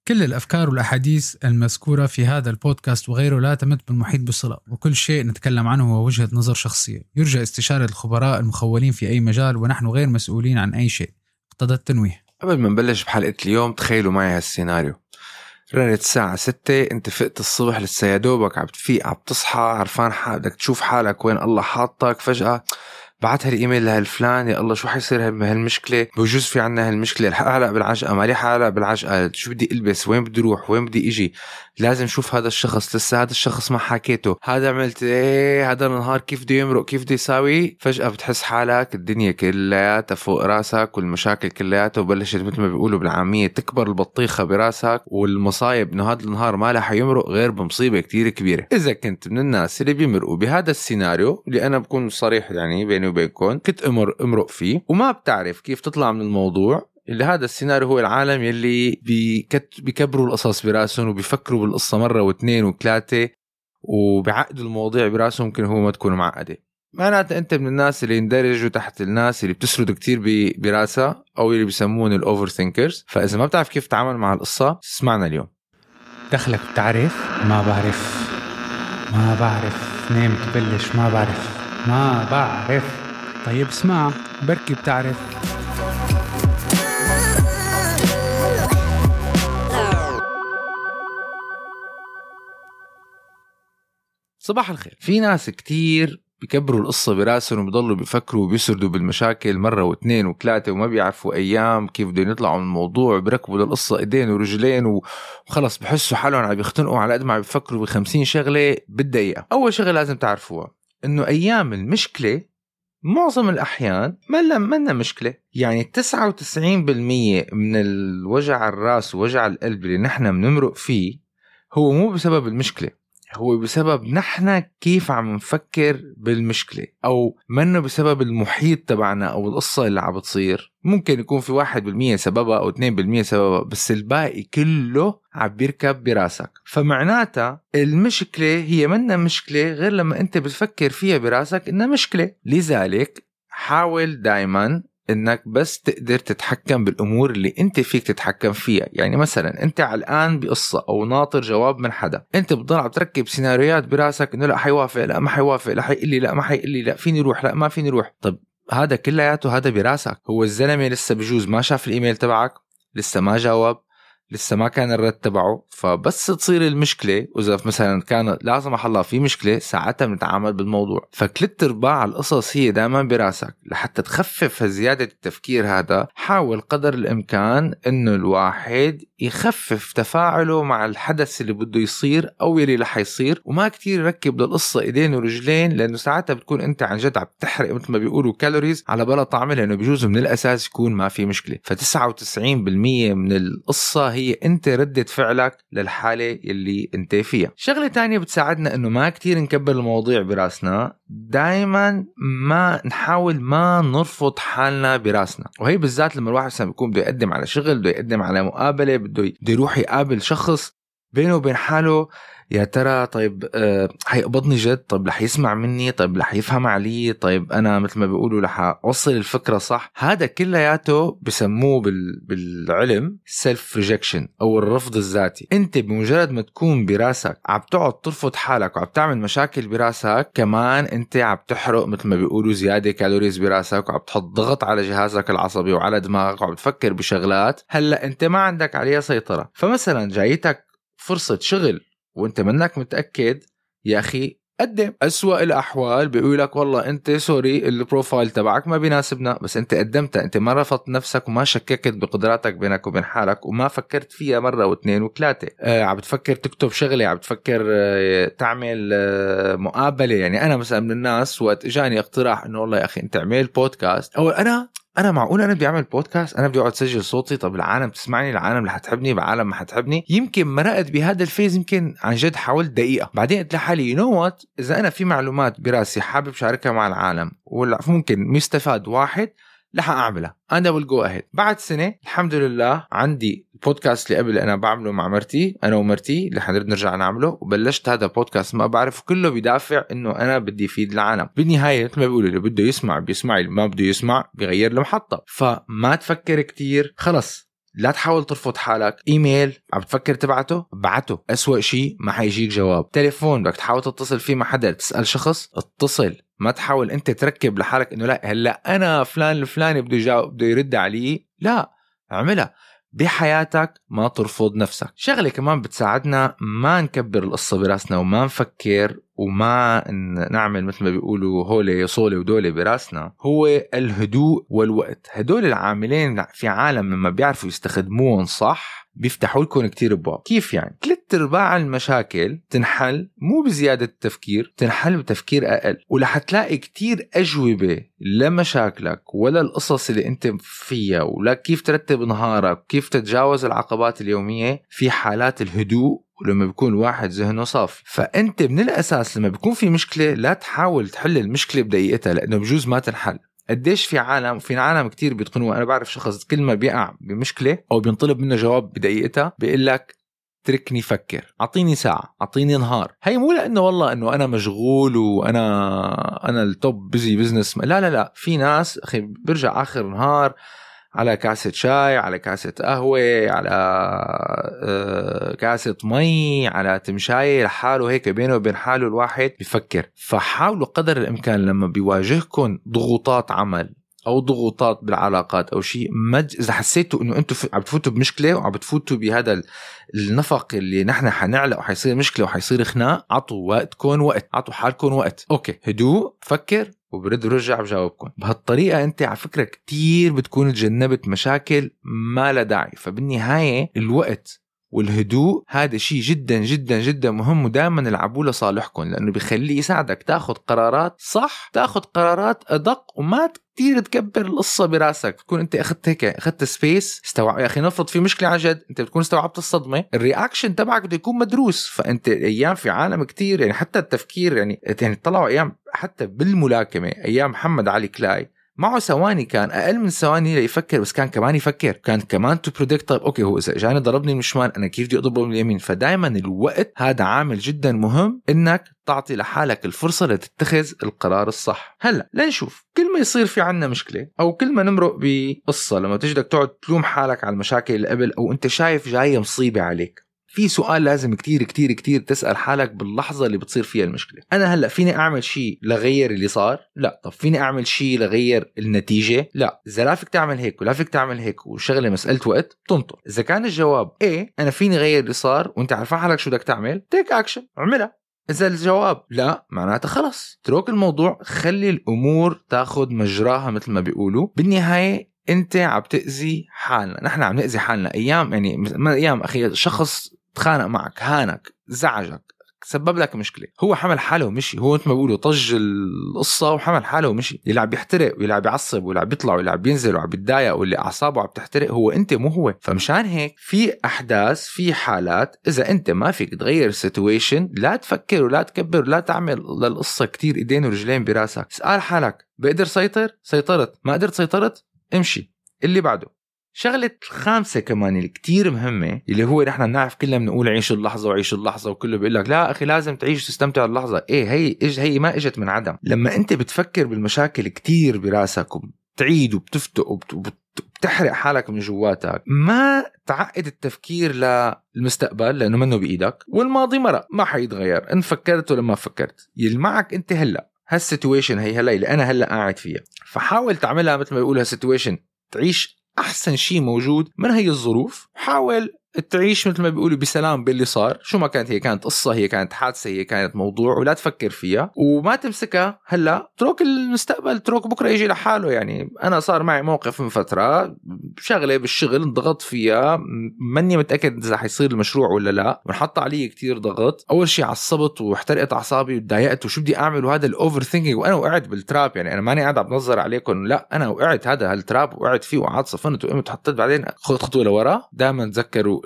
كل الأفكار والأحاديث المذكورة في هذا البودكاست وغيره لا تمت بالمحيط بصلة، وكل شيء نتكلم عنه هو وجهة نظر شخصية يرجى استشارة الخبراء المخولين في أي مجال، ونحن غير مسؤولين عن أي شيء. اقتضى التنويه. قبل ما نبلش بحلقة اليوم تخيلوا معي هالسيناريو. رنت الساعة 6، انت فقت الصبح لسه يا دوبك عم تفيق، عم تصحى عرفان بدك تشوف حالك وين الله حاطك. فجأة بعت هالإيميل لهالفلان، يا الله شو حيصير هالمشكلة، بوجوز في عنا هالمشكلة، رح أعلق بالعجقة ما رح أعلق بالعجقة، شو بدي ألبس، وين بدي روح، وين بدي إجي، لازم شوف هذا الشخص، لسه هذا الشخص ما حكيته، هذا عملت إيه، هذا النهار كيف بده يمرق، كيف بده يساوي. فجأة بتحس حالك الدنيا كلياتها فوق راسك والمشاكل كلياتها، وبلشت مثل ما بيقولوا بالعامية تكبر البطيخة براسك، والمصايب إنه هذا النهار ما رح يمرق غير بمصيبة كتير كبيرة. إذا كنت من الناس اللي بيمرقوا بهذا السيناريو اللي أنا بكون صريح يعني بيني وبينكم كنت امرق فيه وما بتعرف كيف تطلع من الموضوع، اللي هذا السيناريو هو العالم يلي بيكبروا القصص براسهم وبيفكروا بالقصة مرة واثنين وثلاثة وبيعقدوا المواضيع براسهم، ممكن هو ما تكون معقدة. معناته أنت من الناس اللي يندرجوا تحت الناس اللي بتسرد كتير براسها أو اللي بيسمون الأوفر ثينكرز. فإذا ما بتعرف كيف تتعامل مع القصة اسمعنا اليوم. دخلك بتعرف؟ ما بعرف نام تبلش، ما بعرف. طيب اسمع، بركي بتعرف. صباح الخير. في ناس كتير بيكبروا القصة براسهم وبيضلوا بيفكروا وبيسردوا بالمشاكل مرة واثنين وثلاثة وما بيعرفوا أيام كيف بدهم يطلعوا من الموضوع، بيركبوا للقصة إيدين ورجلين وخلص بحسوا حالهم عم بيختنقوا على قد ما بيفكروا ب50 شغلة بالدقيقة. أول شغلة لازم تعرفوها إنه أيام المشكلة معظم الأحيان ما مشكلة. يعني 99% من الوجع الراس ووجع القلب اللي نحن بنمرق فيه هو مو بسبب المشكلة، هو بسبب نحن كيف عم نفكر بالمشكلة، أو منه بسبب المحيط تبعنا أو القصة اللي عم بتصير. ممكن يكون في 1% سببها أو 2% سببها، بس الباقي كله عم بيركب براسك. فمعناتها المشكلة هي منا مشكلة غير لما أنت بتفكر فيها براسك إنها مشكلة. لذلك حاول دايما انك بس تقدر تتحكم بالامور اللي انت فيك تتحكم فيها. يعني مثلا انت علقان بقصة او ناطر جواب من حدا، انت بتضل عم تركب سيناريوهات براسك انه لا حيوافق، لا ما حيوافق، لا حيقول لي، لا ما حيقول لي، لا فيني روح، لا ما فيني روح. طب هذا كلياته هذا براسك. هو الزلمة لسه بجوز ما شاف الايميل تبعك، لسه ما جاوب، لسه ما كان الرد تبعه. فبس تصير المشكلة، وإذا مثلا كان لازم الله في مشكلة، ساعتها بنتعامل بالموضوع. فكلت ارباع القصص هي دائما براسك. لحتى تخفف زيادة التفكير هذا، حاول قدر الإمكان إنه الواحد يخفف تفاعله مع الحدث اللي بده يصير أو يلي رح يصير، وما كتير يركب للقصة إيدين ورجلين، لأنه ساعتها بتكون أنت عن جد عم تحرق مثل ما بيقولوا كالوريز على بلا طعمه، لأنه بيجوز من الأساس يكون ما في مشكلة. ف99% من القصة هي أنت ردة فعلك للحالة اللي أنت فيها. شغلة تانية بتساعدنا إنه ما كتير نكبر المواضيع براسنا، دايما ما نحاول ما نرفض حالنا براسنا. وهي بالذات لما الواحد بيكون بده يقدم على شغل، بده يقدم على مقابلة، بده يروح يقابل شخص، بينه وبين حاله يا ترى طيب هيقبضني جد، طيب رح يسمع مني، طيب رح يفهم علي، طيب أنا مثل ما بيقولوا رح أوصل الفكرة صح. هذا كلياته بسموه بالعلم self rejection أو الرفض الذاتي. أنت بمجرد ما تكون براسك عم تقعد ترفض حالك وعم تعمل مشاكل براسك، كمان أنت عم تحرق مثل ما بيقولوا زيادة كالوريز براسك، وعم تحط ضغط على جهازك العصبي وعلى دماغك، وعم تفكر بشغلات هلأ أنت ما عندك عليها سيطرة. فمثلا جايتك فرصة شغل وانت منك متأكد، يا أخي قدم. أسوأ الأحوال بيقول لك والله أنت سوري البروفايل تبعك ما بيناسبنا، بس أنت قدمت، أنت ما رفضت نفسك وما شككت بقدراتك بينك وبين حالك وما فكرت فيها مرة واثنين وثلاثة. عم بتفكر تكتب شغلة، عم بتفكر تعمل مقابلة. يعني أنا مثلا من الناس وقت إجاني اقتراح إنه والله يا أخي أنت عمل بودكاست، أو أنا معقول أنا بدي أعمل بودكاست، أنا بدي أقعد سجل صوتي، طب العالم تسمعني، العالم رح تحبني، بعالم ما حتحبني. يمكن مرقت بهذا الفيز، يمكن عن جد حاولت دقيقة، بعدين قلت لحالي إذا أنا في معلومات براسي حابب شاركها مع العالم ولا ممكن مستفاد واحد رح أعملها، أنا will go ahead. بعد سنة الحمد لله عندي البودكاست اللي قبل أنا بعمله مع مرتي، أنا ومرتي اللي حنرد نرجع نعمله، وبلشت هذا بودكاست ما بعرف كله بدافع إنه أنا بدي فيد العالم. بالنهاية مثل ما بيقولوا اللي بده يسمع بيسمع، اللي ما بده يسمع بيغير المحطة. فما تفكر كتير، خلص لا تحاول ترفض حالك. ايميل عم بتفكر تبعته، بعته. أسوأ شيء ما حيجيك جواب. تليفون بدك تحاول تتصل فيه مع حدا، تسأل شخص، اتصل. ما تحاول انت تركب لحالك انه لا هلا انا فلان الفلاني بده يجاوب بده يرد علي. لا، اعملها بحياتك. ما ترفض نفسك. شغله كمان بتساعدنا ما نكبر القصه براسنا وما نفكر وما نعمل مثل ما بيقولوا هولي صولي ودولي براسنا، هو الهدوء والوقت. هدول العاملين في عالم لما بيعرفوا يستخدموهم صح بيفتحوا لكم كتير ابواب. كيف يعني؟ 3/4 المشاكل تنحل مو بزيادة التفكير، تنحل بتفكير أقل. ولحتلاقي كتير أجوبة لمشاكلك ولا القصص اللي انت فيها ولا كيف ترتب نهارك، كيف تتجاوز العقبات اليومية في حالات الهدوء ولما بيكون واحد ذهنه صافي. فأنت من الأساس لما بيكون في مشكلة لا تحاول تحل المشكلة بدقيقتها، لأنه بجوز ما تنحل. قديش في عالم كتير بيتقنوا. أنا بعرف شخص كل ما بيقع بمشكلة أو بينطلب منه جواب بدقيقتها بيقول لك تركني فكر، أعطيني ساعة، أعطيني نهار. هي مو لأنه والله أنه أنا مشغول وأنا التوب بيزي بزنس. لا، في ناس أخي برجع آخر نهار على كاسة شاي، على كاسة قهوة، على كاسة مي، على تمشاية لحاله هيك بينه وبين حاله الواحد بيفكر. فحاولوا قدر الإمكان لما بيواجهكم ضغوطات عمل أو ضغوطات بالعلاقات أو شيء، إذا حسيتوا إنه أنتوا عم بتفوتوا بمشكلة وعم بتفوتوا بهذا النفق اللي نحن حنعلق وحيصير مشكلة وحيصير خناق، عطوا وقتكم وقت، عطوا حالكم وقت. أوكي، هدوء، فكر وبرد ورجع بجاوبكم. بهالطريقة أنت على فكرة كتير بتكون تجنبت مشاكل ما لا داعي. فبالنهاية الوقت والهدوء هذا شيء جدا جدا جدا مهم، ودائما العبوا لصالحكم، لأنه بيخليه يساعدك تاخد قرارات صح، تاخد قرارات أدق، وما كتير تكبر القصة براسك. تكون انت اخذت سبيس، استوعب. يا اخي نفرض في مشكلة عن جد، انت بتكون استوعبت الصدمة، الرياكشن تبعك بده يكون مدروس. فانت ايام في عالم كتير يعني حتى التفكير يعني طلعوا ايام حتى بالملاكمة، ايام محمد علي كلاي معه ثواني، كان اقل من ثواني ليفكر، بس كان كمان يفكر، كان كمان تو بريدكت. طيب اوكي، هو اذا اجاني ضربني من الشمال انا كيف بدي اضربه من اليمين؟ فدائما الوقت هذا عامل جدا مهم، انك تعطي لحالك الفرصة لتتخذ القرار الصح. هلا لنشوف، كل ما يصير في عنا مشكلة او كل ما نمرق بقصة، لما تجدك تقعد تلوم حالك على المشاكل اللي قبل، او انت شايف جاية مصيبة عليك، في سؤال لازم كتير كتير كتير تسأل حالك باللحظة اللي بتصير فيها المشكلة. أنا هلأ فيني أعمل شيء لغير اللي صار؟ لا. طب فيني أعمل شيء لغير النتيجة؟ لا. إذا لا فيك تعمل هيك ولا فيك تعمل هيك وشغلة مسألة وقت، تنطر. إذا كان الجواب إيه أنا فيني غير اللي صار وأنت عارف حالك شو بدك تعمل، تيك أكشن، اعملها. إذا الجواب لا، معناته خلص اترك الموضوع، خلي الأمور تاخد مجراها مثل ما بيقولوا. بالنهاية أنت عم تأذي حالنا، نحن عم نأذي حالنا. أيام يعني ما أيام أخي شخص تخانق معك، هانك، زعجك، سبب لك مشكلة، هو حمل حاله ومشي، هو انت ما بيقولوا طج القصة وحمل حاله ومشي. اللي عم بيحترق واللي عم بيعصب واللي عم بيطلع واللي عم بينزل وعم بيتضايق واللي أعصابه عم تحترق هو انت مو هو. فمشان هيك في أحداث، في حالات، إذا انت ما فيك تغير السيتويشن لا تفكر ولا تكبر ولا تعمل للقصة كتير إيدين ورجلين براسك. اسأل حالك بقدر سيطرت، ما قدرت سيطرت، امشي اللي بعده. شغلة الخامسة كمان اللي كتير مهمة، اللي هو نحن نعرف كلنا بنقول عيش اللحظة وعيش اللحظة، وكله بيقول لك لا أخي لازم تعيش وتستمتع اللحظة. إيه هي ما إجت من عدم. لما أنت بتفكر بالمشاكل كتير براسك وبتعيد وبتفتق وبتحرق حالك من جواتك، ما تعقد التفكير للمستقبل لأنه منه بإيدك، والماضي مرق ما حيتغير إن فكرت ولا ما فكرت. يلي معك أنت هلأ، هالسيتويشن هي هلأ اللي أنا هلأ قاعد فيها. فحاول تعملها مثل ما بيقولها هالسيتويشن تعيش أحسن شيء موجود من هي الظروف. حاول تعيش مثل ما بيقولوا بسلام باللي صار، شو ما كانت، هي كانت قصة، هي كانت حادثة، هي كانت موضوع، ولا تفكر فيها وما تمسكها هلا. تروك المستقبل، تروك بكرة يجي لحاله. يعني أنا صار معي موقف من فترة، شغلة بالشغل انضغط فيها، ماني متأكد إذا حيصير المشروع ولا لا، ونحط علي كتير ضغط. أول شيء عصبت واحترقت أعصابي وتضايقت وشو بدي أعمل، وهذا الأوفر ثينكينج، وأنا وقعت بالتراب. يعني أنا ماني قاعد عم بنظر عليكم، لا أنا وقعت هذا هالتراب وقعت فيه وقعدت صفنت وقمت حطيت. بعدين خذ خطوة لورا، دائما تذكروا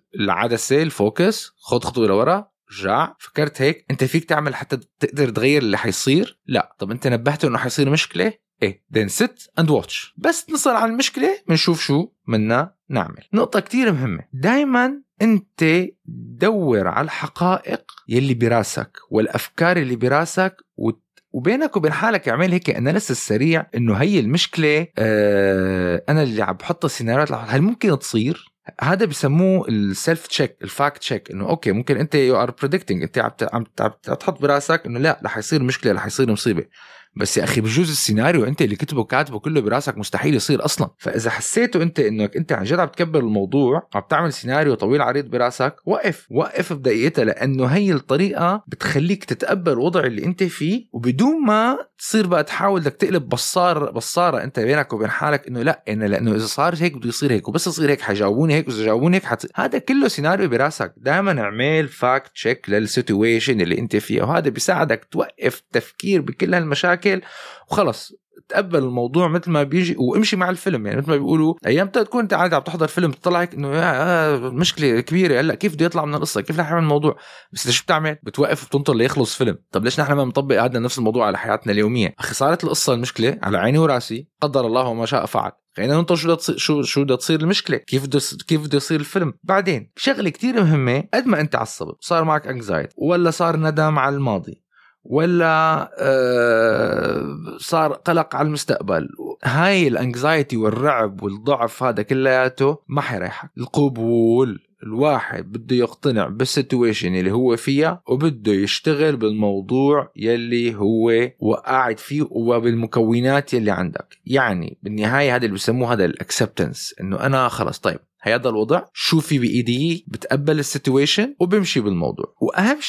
العدسة الفوكس، خد خطوة لورا، رجع. فكرت هيك انت فيك تعمل حتى تقدر تغير اللي حيصير؟ لا. طب انت نبهته انه حيصير مشكلة، ايه then sit and watch. بس نصل عن المشكلة بنشوف شو منا نعمل. نقطة كتير مهمة، دايما انت دور على الحقائق يلي براسك والافكار اللي براسك وبينك وبين حالك اعمل هيك اناليسيس سريع انه هي المشكله انا اللي عم بحط السيناريوهات هل ممكن تصير. هذا بيسموه السيلف تشيك الفاكت تشيك انه اوكي ممكن انت يو ار بريدكتنج انت عم تحط براسك انه لا رح يصير مشكله رح يصير مصيبه بس يا اخي بجوز السيناريو انت اللي كاتبه كله براسك مستحيل يصير اصلا. فاذا حسيته انك انت عن جد عم تكبر الموضوع عم تعمل سيناريو طويل عريض براسك وقف بدقيقتها لانه هي الطريقه بتخليك تتقبل الوضع اللي انت فيه وبدون ما تصير بقى تحاول بدك تقلب بصاره انت بينك وبين حالك انه لا لانه اذا صار هيك بده يصير هيك وبس يصير هيك حجاوبوني هيك واذا جاوبوني هيك هذا كله سيناريو براسك. دائما اعمل فاكت تشيك للسيتويشن اللي انت فيها وهذا بيساعدك توقف تفكير بكل هالمشاكل وخلص تقبل الموضوع مثل ما بيجي وامشي مع الفيلم. يعني مثل ما بيقولوا ايام تكون انت عادي عم تحضر فيلم تطلعك انه مشكله كبيره هلا كيف بده يطلع من القصه كيف رح يعمل الموضوع بس شو بتعمل بتوقف وبتنطر ليخلص فيلم. طب ليش نحن ما بنطبق هذا نفس الموضوع على حياتنا اليوميه؟ اخي صارت القصه المشكله على عيني وراسي قدر الله وما شاء فعل خلينا ننطر شو بدها تصير المشكله كيف بده يصير الفيلم. بعدين شغله كتير مهمه قد ما انت عصبت صار معك انكزايتي ولا صار ندم على الماضي ولا صار قلق على المستقبل هاي الانكزايتي والرعب والضعف هذا كلياته ما حيريحك. القبول الواحد بده يقتنع بالسيتويشن اللي هو فيها وبده يشتغل بالموضوع يلي هو وقاعد فيه وبالمكونات يلي عندك. يعني بالنهاية هذا اللي بيسموه هذا الاكسبتنس انه انا خلص طيب هذا الوضع شو في بإيدي بتقبل السيتويشن وبمشي بالموضوع. وأهم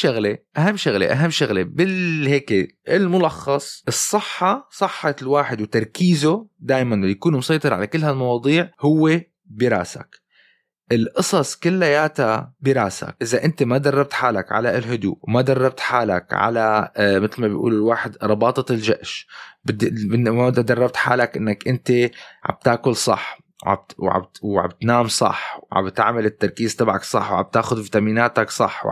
شغلة بالهيك الملخص صحة الواحد وتركيزه دايما اللي يكون مسيطر على كل هالمواضيع هو براسك. القصص كلياتها براسك. إذا أنت ما دربت حالك على الهدوء وما دربت حالك على مثل ما بيقولوا الواحد رباطة الجأش ما دربت حالك أنك أنت عم تاكل صح وعم تنام صح وعم تعمل التركيز تبعك صح وعم تاخذ فيتاميناتك صح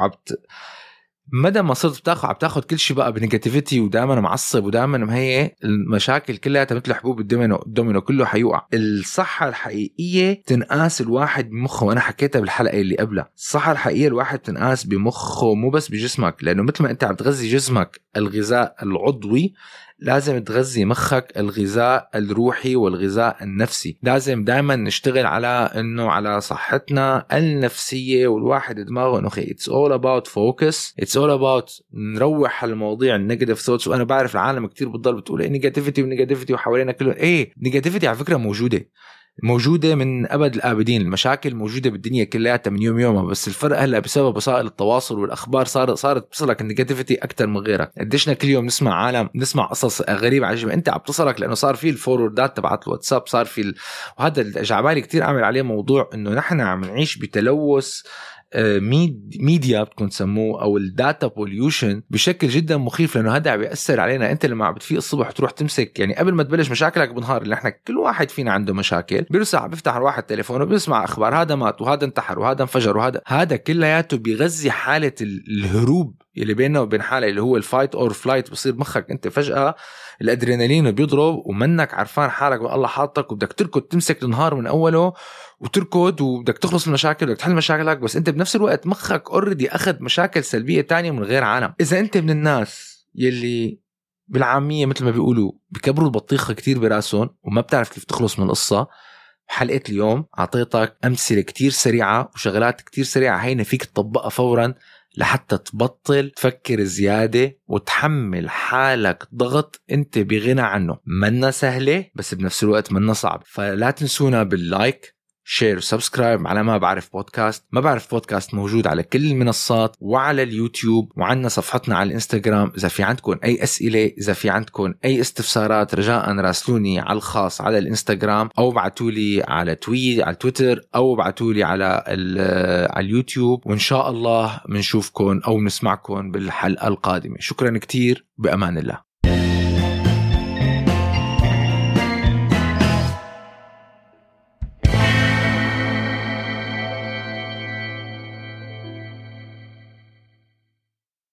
مدى ما صرت عم تاخذ كل شيء بقى بنيجاتيفيتي ودائما معصب ودائما مهي المشاكل كلها مثل حبوب الدومينو كله حيوقع. الصحة الحقيقية تنقاس الواحد بمخه وانا حكيتها بالحلقة اللي قبلها. الصحة الحقيقية الواحد تنقاس بمخه مو بس بجسمك لانه مثل ما انت عم تغذي جسمك الغذاء العضوي لازم تغذي مخك الغذاء الروحي والغذاء النفسي. لازم دائما نشتغل على صحتنا النفسية والواحد دماغه انه it's all about focus it's all about نروح المواضيع النيجاتيف ثوتس. وانا بعرف العالم كتير بتضل بتقول نيجاتيفيتي وحوالينا كله نيجاتيفيتي على فكرة موجودة من أبد الآبدين. المشاكل موجودة بالدنيا كلها من يومها بس الفرق هلأ بسبب وسائل التواصل والأخبار صارت تصلك النيجاتيفيتي أكتر من غيرك. قديشنا كل يوم نسمع قصص غريبة عجيبة أنت عم تصلك لأنه صار في الفوروردات تبعت الواتساب صار في وهذا اللي جعبالي كتير أعمل عليه موضوع إنه نحن عم نعيش بتلوث ميديا بتكون تسموه او الداتا بوليوشن بشكل جدا مخيف لانه هذا بيأثر علينا. انت لما عم بتفيق الصبح تروح تمسك يعني قبل ما تبلش مشاكلك بالنهار اللي احنا كل واحد فينا عنده مشاكل بيرسع بيفتح الواحد تليفونه بيسمع اخبار هذا مات وهذا انتحر وهذا انفجر وهذا كلياته بيغذي حالة الهروب اللي بيننا وبين حالة اللي هو الفايت اور فلايت. بصير مخك انت فجأة الادرينالين بيضرب ومنك عرفان حالك والله حاطك وبدك تركض تمسك النهار من اوله وتركض وبدك تخلص من المشاكل وبدك تحل مشاكلك بس انت بنفس الوقت مخك اوريدي اخذ مشاكل سلبية تانية من غير عالم. اذا انت من الناس يلي بالعامية مثل ما بيقولوا بكبروا البطيخة كتير براسهم وما بتعرف كيف تخلص من القصة، حلقة اليوم عطيتك أمثلة كتير سريعة وشغلات كتير سريعة هينا فيك تطبقها فورا لحتى تبطل تفكر زيادة وتحمل حالك ضغط انت بغنى عنه. منا سهلة بس بنفس الوقت منا صعب. فلا تنسونا باللايك شير وسبسكرايب على ما بعرف بودكاست موجود على كل المنصات وعلى اليوتيوب وعنا صفحتنا على الانستغرام. إذا في عندكم أي أسئلة إذا في عندكم أي استفسارات رجاء راسلوني على الخاص على الانستغرام أو بعتولي على على تويتر أو بعتولي على اليوتيوب وإن شاء الله منشوفكم أو نسمعكم بالحلقة القادمة. شكرا كتير بأمان الله.